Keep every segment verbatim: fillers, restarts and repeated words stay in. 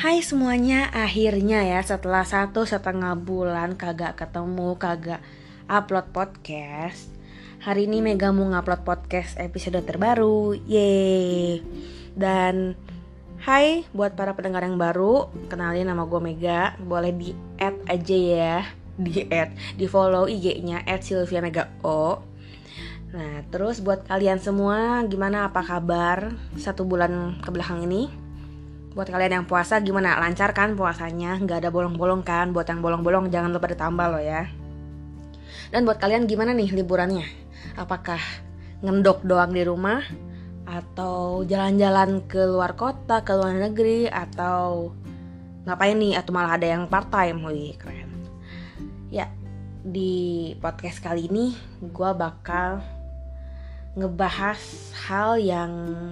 Hai semuanya, akhirnya ya setelah satu setengah bulan kagak ketemu, kagak upload podcast. Hari ini Mega mau ngupload podcast episode terbaru, yeay. Dan hai buat para pendengar yang baru, kenalin nama gue Mega. Boleh di add aja ya, di add, di follow I G-nya at sylvia mega o. Nah terus buat kalian semua, gimana apa kabar satu bulan kebelakang ini? Buat kalian yang puasa gimana? Lancar kan puasanya? Gak ada bolong-bolong kan? Buat yang bolong-bolong jangan lupa ditambah loh ya. Dan buat kalian gimana nih liburannya? Apakah ngendok doang di rumah? Atau jalan-jalan ke luar kota, ke luar negeri? Atau ngapain nih? Atau malah ada yang part time? Wih keren. Ya, di podcast kali ini gue bakal ngebahas hal yang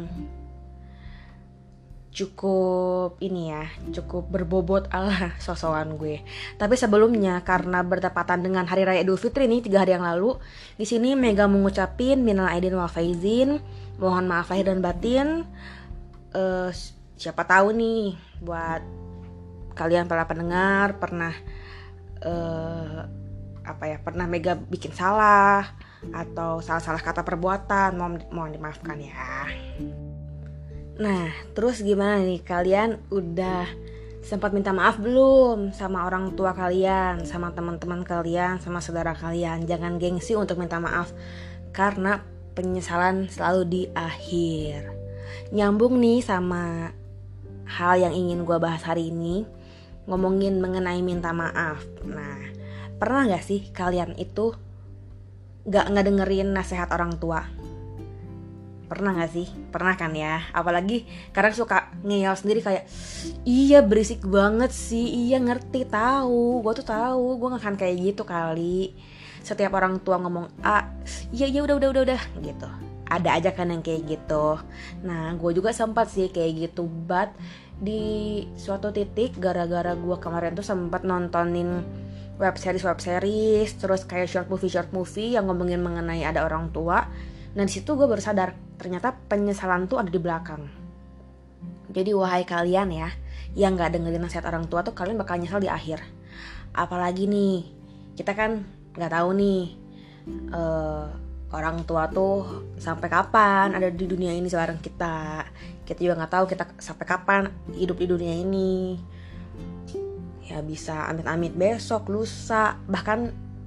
cukup ini ya, cukup berbobot ala sosokan gue. Tapi sebelumnya karena bertepatan dengan Hari Raya Idul Fitri nih tiga hari yang lalu, di sini Mega mengucapin minal aidin wal faizin, mohon maaf lahir dan batin. Uh, siapa tahu nih buat kalian para pendengar pernah uh, apa ya, pernah Mega bikin salah atau salah-salah kata perbuatan, mohon mohon dimaafkan ya. Nah, terus gimana nih? Kalian udah sempat minta maaf belum sama orang tua kalian, sama teman-teman kalian, sama saudara kalian? Jangan gengsi untuk minta maaf, karena penyesalan selalu di akhir. Nyambung nih sama hal yang ingin gue bahas hari ini, ngomongin mengenai minta maaf. Nah, pernah gak sih kalian itu gak ngedengerin nasihat orang tua? Pernah gak sih? Pernah kan ya? Apalagi kadang suka ngeyel sendiri kayak, iya berisik banget sih, iya ngerti, tahu, gue tuh tahu, gue gak akan kayak gitu kali. Setiap orang tua ngomong A, iya iya udah udah udah udah gitu. Ada aja kan yang kayak gitu. Nah gue juga sempat sih kayak gitu, but di suatu titik gara-gara gue kemarin tuh sempat nontonin web series web series, terus kayak short movie short movie yang ngomongin mengenai ada orang tua. Nah disitu gue baru sadar ternyata penyesalan tuh ada di belakang. Jadi wahai kalian ya yang gak dengerin nasihat orang tua tuh, kalian bakal nyesal di akhir. Apalagi nih, kita kan gak tahu nih uh, orang tua tuh sampai kapan ada di dunia ini sebareng kita. Kita juga gak tahu kita sampai kapan hidup di dunia ini. Ya bisa amit-amit besok, lusa, bahkan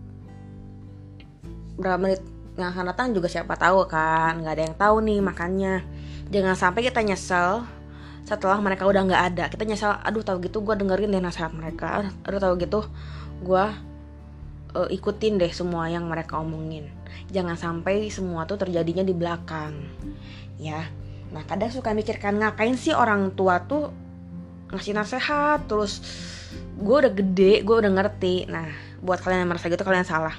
berapa menit yang akan datang juga siapa tahu kan, nggak ada yang tahu nih. Makanya jangan sampai kita nyesel setelah mereka udah nggak ada. Kita nyesel, aduh tahu gitu gue dengerin deh nasihat mereka, aduh tahu gitu gue uh, ikutin deh semua yang mereka omongin. Jangan sampai semua tuh terjadinya di belakang ya. Nah kadang suka mikirkan, ngapain sih orang tua tuh ngasih nasihat terus, gue udah gede, gue udah ngerti. Nah buat kalian yang merasa gitu, kalian salah.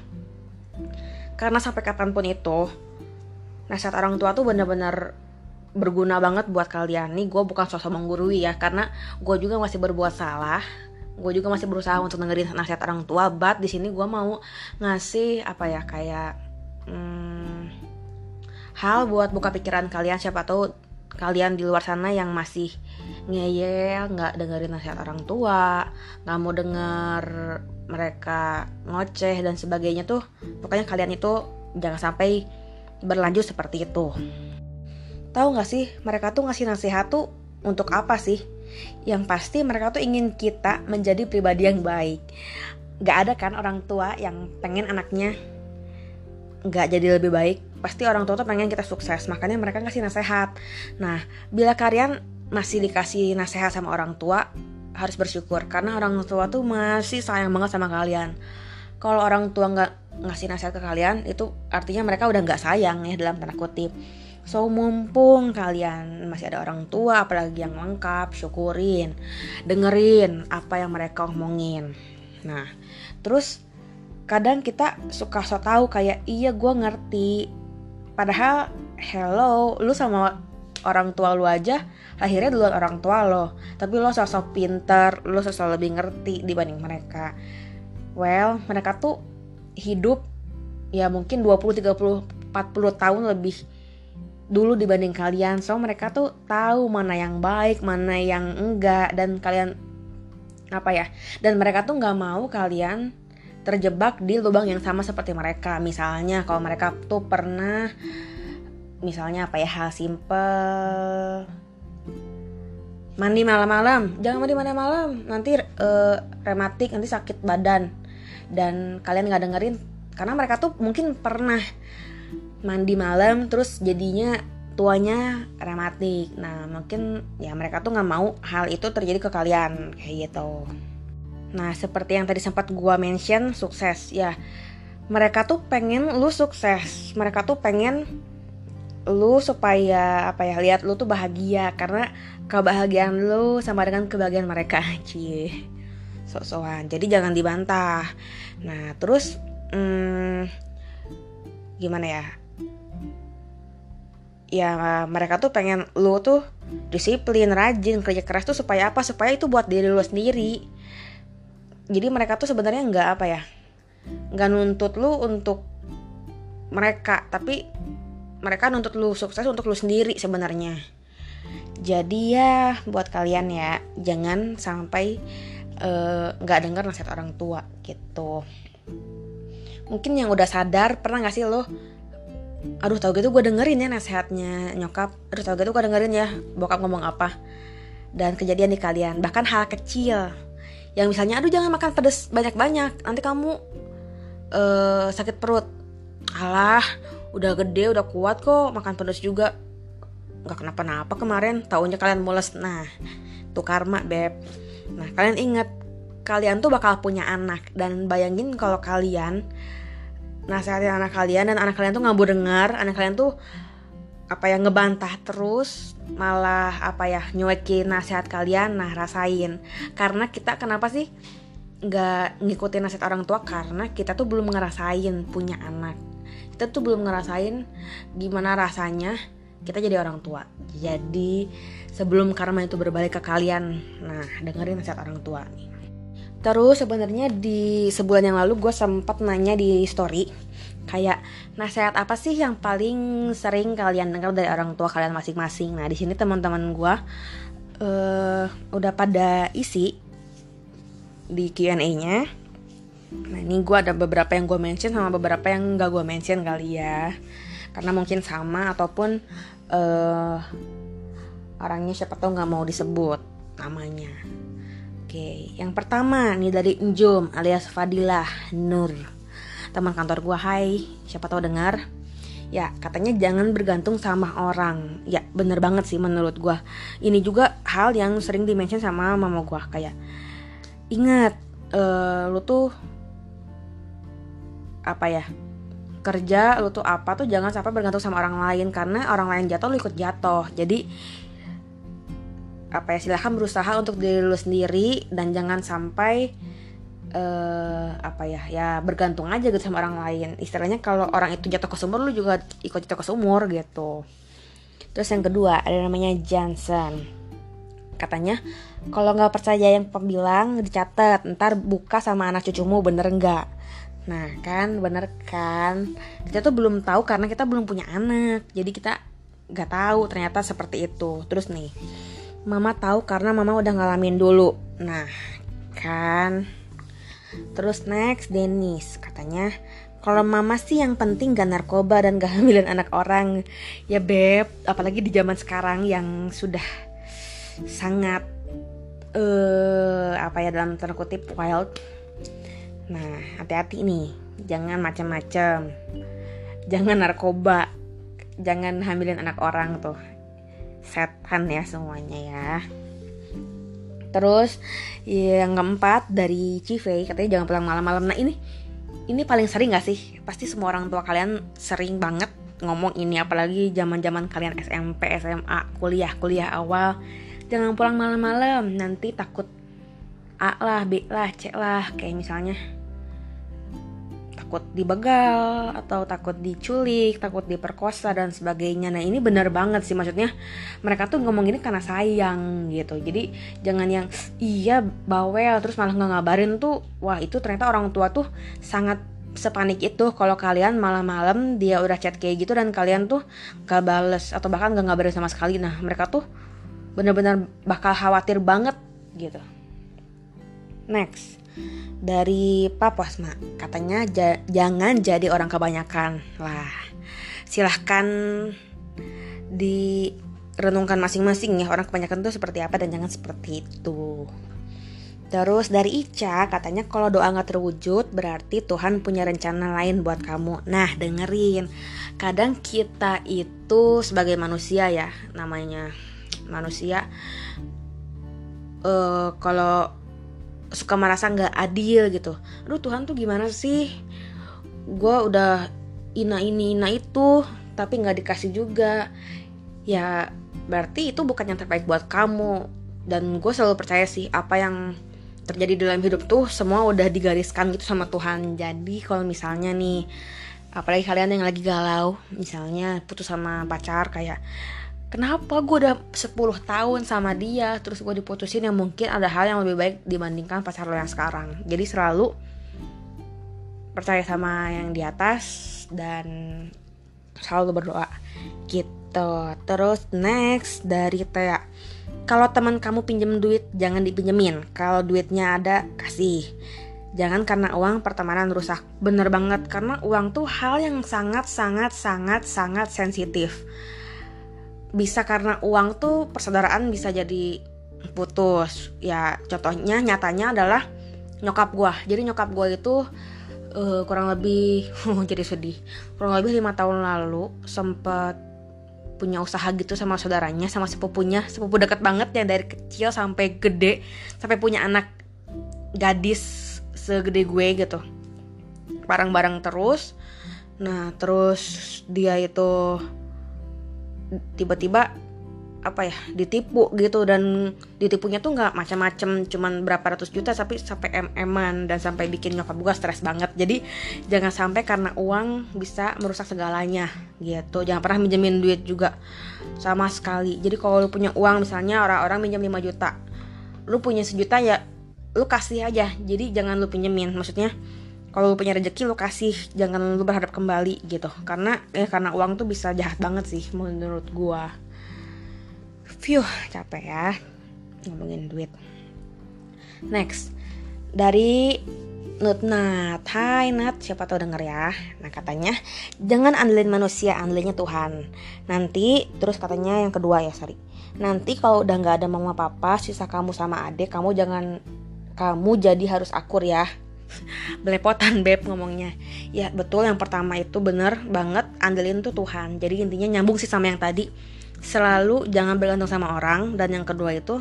Karena sampai kapanpun itu, nasihat orang tua tuh benar-benar berguna banget buat kalian. Nih gue bukan sosok menggurui ya, karena gue juga masih berbuat salah. Gue juga masih berusaha untuk dengerin nasihat orang tua. But di sini gue mau ngasih apa ya, kayak hmm, hal buat buka pikiran kalian. Siapa tahu kalian di luar sana yang masih ngeyel, nggak dengerin nasihat orang tua, nggak mau denger mereka ngoceh dan sebagainya tuh. Pokoknya kalian itu jangan sampai berlanjut seperti itu. Tahu nggak sih mereka tuh ngasih nasihat tuh untuk apa sih? Yang pasti mereka tuh ingin kita menjadi pribadi yang baik. Nggak ada kan orang tua yang pengen anaknya nggak jadi lebih baik. Pasti orang tua tuh pengen kita sukses, makanya mereka ngasih nasihat. Nah bila kalian masih dikasih nasihat sama orang tua, harus bersyukur karena orang tua tuh masih sayang banget sama kalian. Kalau orang tua nggak ngasih nasihat ke kalian, itu artinya mereka udah nggak sayang ya, dalam tanda kutip. So mumpung kalian masih ada orang tua, apalagi yang lengkap, syukurin, dengerin apa yang mereka omongin. Nah terus kadang kita suka so tau kayak, iya gue ngerti, padahal hello, lu sama orang tua lu aja lahirnya duluan orang tua lo, tapi lo sosok pinter, lo sosok lebih ngerti dibanding mereka. Well, mereka tuh hidup ya mungkin dua puluh, tiga puluh, empat puluh tahun lebih dulu dibanding kalian. So mereka tuh tahu mana yang baik, mana yang enggak, dan kalian apa ya? Dan mereka tuh nggak mau kalian terjebak di lubang yang sama seperti mereka. Misalnya kalau mereka tuh pernah, misalnya apa ya, hal simple, mandi malam-malam, jangan mandi malam-malam, nanti uh, rematik, nanti sakit badan, dan kalian nggak dengerin karena mereka tuh mungkin pernah mandi malam terus jadinya tuanya rematik. Nah mungkin ya mereka tuh nggak mau hal itu terjadi ke kalian kayak gitu. Nah seperti yang tadi sempat gua mention, sukses ya, mereka tuh pengen lu sukses, mereka tuh pengen lu supaya apa ya, lihat lu tuh bahagia, karena kebahagiaan lu sama dengan kebahagiaan mereka. Cie, sok-sokan, jadi jangan dibantah. Nah terus hmm, gimana ya, ya mereka tuh pengen lu tuh disiplin, rajin, kerja keras tuh supaya apa? Supaya itu buat diri lu sendiri. Jadi mereka tuh sebenarnya nggak apa ya, nggak nuntut lu untuk mereka, tapi mereka nuntut lu sukses untuk lu sendiri sebenarnya. Jadi ya buat kalian ya, jangan sampai nggak uh, dengar nasihat orang tua gitu. Mungkin yang udah sadar, pernah nggak sih lo, aduh tau gitu gue dengerin ya nasihatnya nyokap, aduh tau gitu gue dengerin ya bokap ngomong apa, dan kejadian di kalian. Bahkan hal kecil yang misalnya, aduh jangan makan pedas banyak-banyak, nanti kamu uh, sakit perut. Alah udah gede, udah kuat kok, makan pedas juga gak kenapa-napa kemarin, taunya kalian mules. Nah tuh karma beb. Nah kalian ingat, kalian tuh bakal punya anak, dan bayangin kalau kalian nasihatin anak kalian dan anak kalian tuh nggak mau dengar, anak kalian tuh apa ya, ngebantah terus, malah apa ya, nyuekin nasihat kalian. Nah rasain, karena kita kenapa sih nggak ngikutin nasihat orang tua? Karena kita tuh belum ngerasain punya anak, kita tuh belum ngerasain gimana rasanya kita jadi orang tua. Jadi sebelum karma itu berbalik ke kalian, nah dengerin nasihat orang tua nih. Terus sebenarnya di sebulan yang lalu gue sempat nanya di story, kayak nasihat apa sih yang paling sering kalian dengar dari orang tua kalian masing-masing. Nah di sini teman-teman gue uh, udah pada isi di Q and A-nya. Nah ini gue ada beberapa yang gue mention sama beberapa yang gak gue mention kali ya, karena mungkin sama ataupun uh, orangnya siapa tahu gak mau disebut namanya. Oke, yang pertama nih dari Njum alias Fadilah Nur, teman kantor gue. Hai, siapa tahu dengar. Ya katanya jangan bergantung sama orang. Ya bener banget sih menurut gue. Ini juga hal yang sering dimention sama mama gue, kayak ingat uh, lu tuh apa ya, kerja lu tuh apa tuh jangan sampai bergantung sama orang lain, karena orang lain jatuh lu ikut jatuh. Jadi apa ya, silahkan berusaha untuk diri lu sendiri dan jangan sampai uh, apa ya ya bergantung aja gitu sama orang lain. Istilahnya kalau orang itu jatuh ke sumur, lu juga ikut jatuh ke sumur gitu. Terus yang kedua ada namanya Johnson, katanya kalau nggak percaya yang papa bilang dicatat, ntar buka sama anak cucumu, bener nggak? Nah kan bener kan, kita tuh belum tahu karena kita belum punya anak, jadi kita nggak tahu ternyata seperti itu. Terus nih, mama tahu karena mama udah ngalamin dulu. Nah kan. Terus next Dennis, katanya kalau mama sih yang penting gak narkoba dan gak hamilin anak orang. Ya beb, apalagi di zaman sekarang yang sudah sangat uh, apa ya, dalam tanda kutip wild. Nah hati-hati nih, jangan macam-macam, jangan narkoba, jangan hamilin anak orang tuh, setan ya semuanya ya. Terus yang keempat dari Cive, katanya jangan pulang malam-malam. Nah ini ini paling sering gak sih? Pasti semua orang tua kalian sering banget ngomong ini, apalagi zaman-zaman kalian S M P, S M A, kuliah, kuliah awal. Jangan pulang malam-malam, nanti takut A lah, B lah, C lah. Kayak misalnya takut dibegal, atau takut diculik, takut diperkosa dan sebagainya. Nah ini benar banget sih, maksudnya mereka tuh ngomong gini karena sayang gitu. Jadi jangan yang iya bawel terus malah nggak ngabarin tuh. Wah itu ternyata orang tua tuh sangat sepanik itu kalau kalian malam-malam dia udah chat kayak gitu dan kalian tuh gak bales atau bahkan gak ngabarin sama sekali. Nah mereka tuh benar-benar bakal khawatir banget gitu. Next, dari Papasma katanya j- jangan jadi orang kebanyakan. Lah, silahkan direnungkan masing-masing ya, orang kebanyakan tuh seperti apa dan jangan seperti itu. Terus dari Ica katanya kalau doa gak terwujud berarti Tuhan punya rencana lain buat kamu. Nah dengerin, kadang kita itu sebagai manusia ya, namanya manusia uh, kalau suka merasa gak adil gitu. Aduh Tuhan tuh gimana sih, gue udah ina ini ina itu tapi gak dikasih juga. Ya berarti itu bukan yang terbaik buat kamu. Dan gue selalu percaya sih apa yang terjadi dalam hidup tuh semua udah digariskan gitu sama Tuhan. Jadi kalau misalnya nih, apalagi kalian yang lagi galau, misalnya putus sama pacar, kayak kenapa gue udah sepuluh tahun sama dia terus gue diputusin, yang mungkin ada hal yang lebih baik dibandingkan pacar lo yang sekarang. Jadi selalu percaya sama yang di atas dan selalu berdoa gitu. Terus next dari Tea, kalau teman kamu pinjem duit jangan dipinjemin, kalau duitnya ada kasih. Jangan karena uang pertemanan rusak. Bener banget, karena uang tuh hal yang sangat sangat sangat sangat sensitif. Bisa karena uang tuh persaudaraan bisa jadi putus. Ya contohnya nyatanya adalah nyokap gue. Jadi nyokap gue itu uh, kurang lebih jadi sedih. Kurang lebih lima tahun lalu sempet punya usaha gitu sama saudaranya, sama sepupunya, sepupu deket banget yang dari kecil sampai gede, sampai punya anak gadis segede gue gitu, bareng-bareng terus. Nah terus dia itu tiba-tiba apa ya ditipu gitu, dan ditipunya tuh nggak macam-macam, cuman berapa ratus juta tapi sampai em-eman dan sampai bikin nyokap gue stres banget. Jadi jangan sampai karena uang bisa merusak segalanya gitu. Jangan pernah minjemin duit juga sama sekali. Jadi kalau lu punya uang, misalnya orang-orang minjem lima juta, lu punya sejuta ya lu kasih aja. Jadi jangan lu pinjemin, maksudnya kalau lu punya rezeki lu kasih, jangan lu berharap kembali gitu. Karena eh karena uang tuh bisa jahat banget sih menurut gue. Phew, capek ya ngomongin duit. Next, dari Nutnat. Hai Nat, siapa tahu denger ya. Nah katanya jangan andelin manusia, andelinnya Tuhan. Nanti, terus katanya yang kedua ya sorry, nanti kalau udah gak ada mama papa, sisa kamu sama adik, kamu jangan, kamu jadi harus akur ya. Belepotan beb ngomongnya. Ya betul, yang pertama itu bener banget, andelin tuh Tuhan. Jadi intinya nyambung sih sama yang tadi, selalu jangan bergantung sama orang. Dan yang kedua itu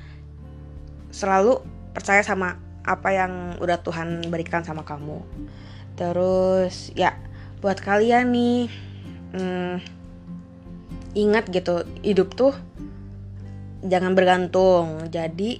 selalu percaya sama apa yang udah Tuhan berikan sama kamu. Terus ya buat kalian nih, hmm, ingat gitu, hidup tuh jangan bergantung. Jadi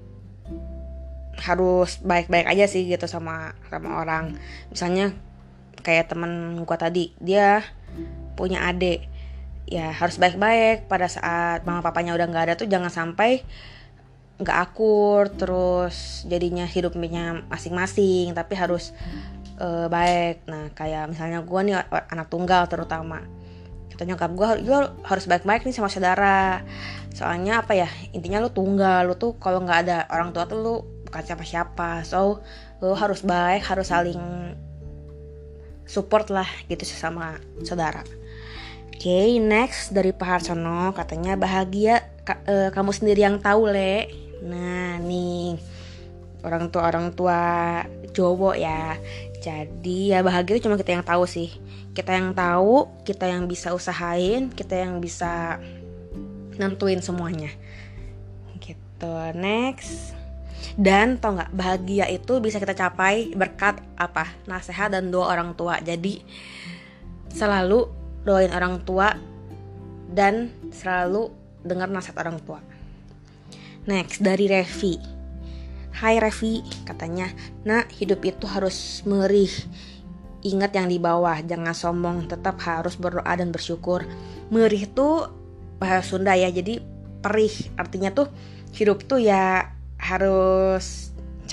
harus baik-baik aja sih gitu sama sama orang. Misalnya kayak temen gua tadi, dia punya adik, ya harus baik-baik. Pada saat mama papanya udah nggak ada tuh jangan sampai nggak akur, terus jadinya hidupnya masing-masing, tapi harus uh, baik. Nah kayak misalnya gue nih anak tunggal terutama, kata nyokap gue, gue harus baik-baik nih sama saudara. Soalnya apa ya, intinya lu tunggal, lu tuh kalau nggak ada orang tua tuh lu bukan siapa-siapa. So lu harus baik, harus saling support lah gitu sama saudara. Oke, okay, next dari Pak Harsono katanya bahagia ka, e, kamu sendiri yang tahu le. Nah nih orang tua orang tua Jowo ya. Jadi ya bahagia itu cuma kita yang tahu sih. Kita yang tahu, kita yang bisa usahain, kita yang bisa nentuin semuanya. Gitu. Next. Dan tau nggak, bahagia itu bisa kita capai berkat apa? Nasihat dan doa orang tua. Jadi selalu doain orang tua dan selalu dengar nasihat orang tua. Next dari Revi. Hai Revi, katanya, nah hidup itu harus merih. Ingat yang di bawah, jangan sombong, tetap harus berdoa dan bersyukur. Merih itu bahasa Sunda ya, jadi perih. Artinya tuh hidup tuh ya harus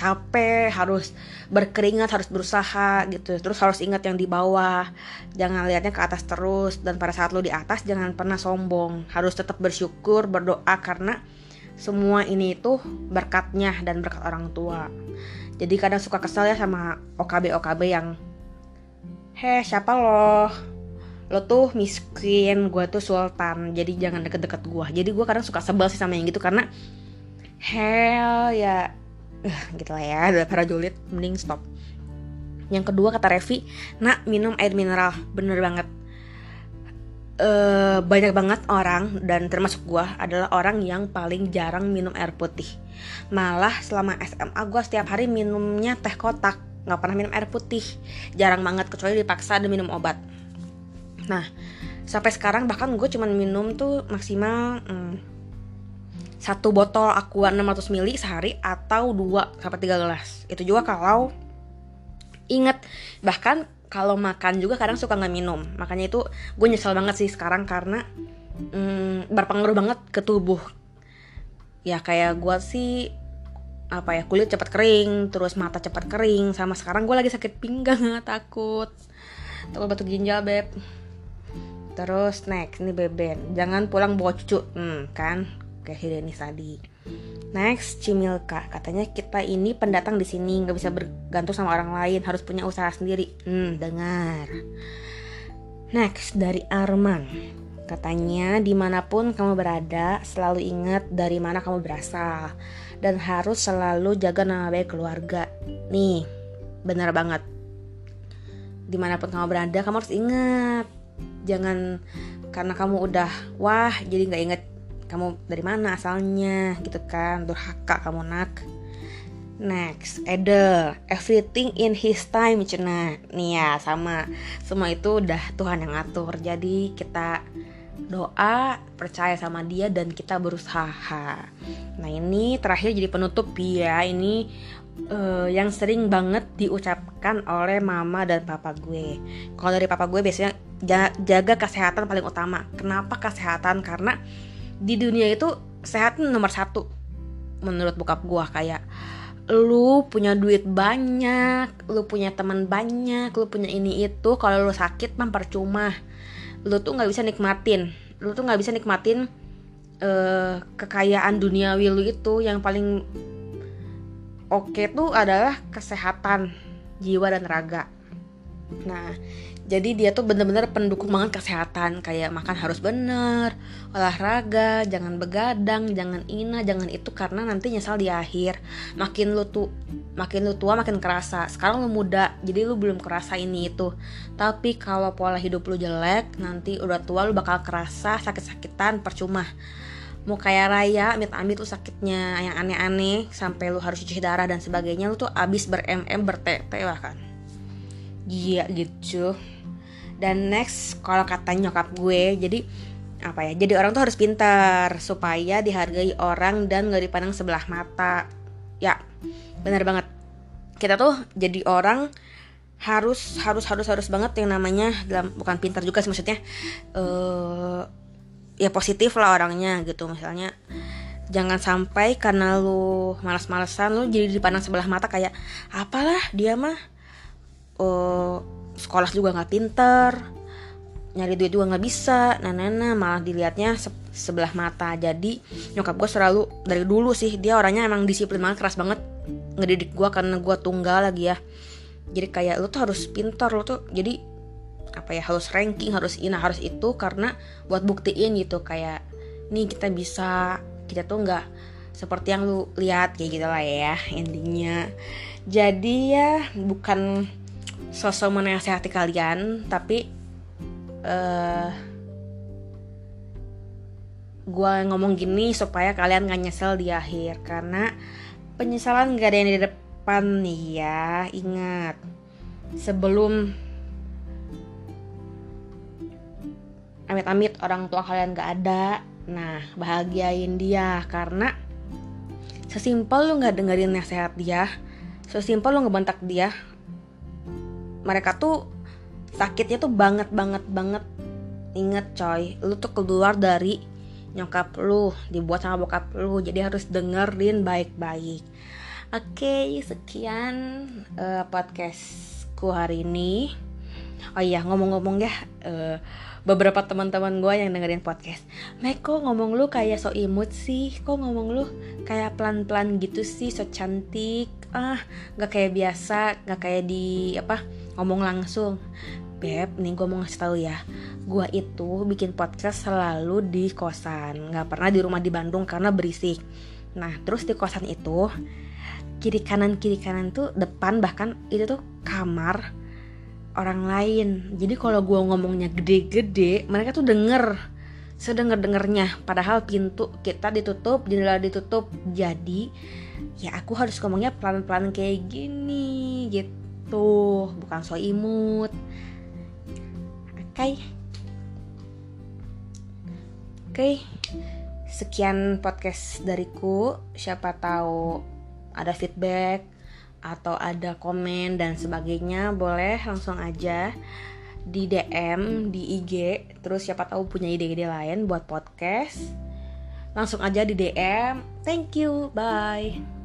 capek, harus berkeringat, harus berusaha gitu. Terus harus ingat yang di bawah, jangan lihatnya ke atas terus. Dan pada saat lu di atas jangan pernah sombong, harus tetap bersyukur, berdoa, karena semua ini itu berkatnya dan berkat orang tua. Jadi kadang suka kesel ya sama O K B O K B yang, heh siapa lo? Lo tuh miskin, gue tuh sultan, jadi jangan deket-deket gue. Jadi gue kadang suka sebel sih sama yang gitu, karena hell ya uh, gitu lah ya, daripada julid mending stop. Yang kedua kata Revi, nak minum air mineral. Bener banget. Uh, banyak banget orang, dan termasuk gue, adalah orang yang paling jarang minum air putih. Malah selama S M A gue setiap hari minumnya teh kotak, gak pernah minum air putih. Jarang banget, kecuali dipaksa dan minum obat. Nah sampai sekarang bahkan gue cuman minum tuh maksimal hmm, satu botol Aqua enam ratus mililiter sehari, atau dua sampai tiga gelas. Itu juga kalau inget. Bahkan kalau makan juga kadang suka gak minum. Makanya itu gue nyesel banget sih sekarang, karena hmm, berpengaruh banget ke tubuh. Ya kayak gue sih apa ya, kulit cepat kering, terus mata cepat kering. Sama sekarang gue lagi sakit pinggang, takut takut batuk ginjal beb. Terus next, ini Beben, jangan pulang bawa cucu. Hmm kan kayak si Denis tadi. Next, Cimilka, katanya kita ini pendatang di sini, nggak bisa bergantung sama orang lain, harus punya usaha sendiri. Hmm, dengar. Next dari Arman, katanya dimanapun kamu berada, selalu ingat dari mana kamu berasal, dan harus selalu jaga nama baik keluarga. Nih, benar banget. Dimanapun kamu berada, kamu harus ingat. Jangan karena kamu udah wah jadi nggak ingat kamu dari mana asalnya gitu kan, durhaka kamu nak. Next, Edel, everything in his time cina. Nih ya sama, semua itu udah Tuhan yang atur. Jadi kita doa, percaya sama dia, dan kita berusaha. Nah ini terakhir jadi penutup ya. Ini uh, yang sering banget diucapkan oleh mama dan papa gue. Kalau dari papa gue biasanya jaga kesehatan paling utama. Kenapa kesehatan? Karena di dunia itu sehat nomor satu menurut bokap gue. Kayak lu punya duit banyak, lu punya teman banyak, lu punya ini itu, kalau lu sakit mah percuma. Lu tuh nggak bisa nikmatin, lu tuh nggak bisa nikmatin uh, kekayaan duniawi lu itu. Yang paling oke tuh adalah kesehatan jiwa dan raga. Nah jadi dia tuh bener-bener pendukung banget kesehatan. Kayak makan harus bener, olahraga, jangan begadang, jangan ina, jangan itu, karena nanti nyesal di akhir. Makin lu tuh makin lu tua makin kerasa. Sekarang lu muda, jadi lu belum kerasa ini itu. Tapi kalau pola hidup lu jelek, nanti udah tua lu bakal kerasa sakit-sakitan, percuma. Mau kayak Raya, amit-amit lu sakitnya yang aneh-aneh sampai lu harus cuci darah dan sebagainya, lu tuh abis ber-mm, ber-tete bahkan. Iya gitu. Dan next, kalau kata nyokap gue, jadi apa ya? Jadi orang tuh harus pintar supaya dihargai orang dan gak dipandang sebelah mata. Ya, benar banget. Kita tuh jadi orang harus harus harus harus banget yang namanya dalam, bukan pintar juga sih maksudnya. Uh, ya positif lah orangnya gitu. Misalnya jangan sampai karena lu malas-malesan lu jadi dipandang sebelah mata kayak apalah dia mah. Uh, sekolah juga nggak pinter, nyari duit juga nggak bisa, nah nah nah malah dilihatnya se- sebelah mata. Jadi nyokap gue selalu dari dulu sih, dia orangnya emang disiplin banget, keras banget ngedidik gue karena gue tunggal lagi ya. Jadi kayak lu tuh harus pintar, lu tuh jadi apa ya, harus ranking, harus ini, harus itu, karena buat buktiin gitu kayak nih kita bisa, kita tuh nggak seperti yang lu lihat kayak gitu lah ya intinya. Jadi ya bukan sosok menasehati kalian, tapi uh, gue ngomong gini supaya kalian gak nyesel di akhir, karena penyesalan gak ada yang di depan nih ya. Ingat, sebelum amit-amit orang tua kalian gak ada, nah bahagiain dia, karena sesimpel lu gak dengerin nasihat dia, sesimpel lu ngebentak dia, mereka tuh sakitnya tuh banget banget banget. Ingat coy, lu tuh keluar dari nyokap lu, dibuat sama bokap lu, jadi harus dengerin baik-baik. Oke, sekian uh, podcastku hari ini. Oh iya, ngomong-ngomong ya, uh, beberapa teman-teman gue yang dengerin podcast, Mek, kok ngomong lu kayak so imut sih? Kok ngomong lu kayak pelan-pelan gitu sih, so cantik? Ah, gak kayak biasa, gak kayak di apa ngomong langsung. Beb, nih gue mau ngasih tahu ya, gue itu bikin podcast selalu di kosan, gak pernah di rumah di Bandung karena berisik. Nah, terus di kosan itu kiri kanan kiri kanan tuh depan bahkan itu tuh kamar orang lain. Jadi kalau gue ngomongnya gede-gede, mereka tuh denger sedenger dengernya. Padahal pintu kita ditutup, jendela ditutup. Jadi ya aku harus ngomongnya pelan-pelan kayak gini gitu, bukan so imut. Oke, okay. Oke, okay. Sekian podcast dariku. Siapa tahu ada feedback atau ada komen dan sebagainya, boleh langsung aja di D M di I G. Terus siapa tahu punya ide-ide lain buat podcast, langsung aja di D M. Thank you, bye.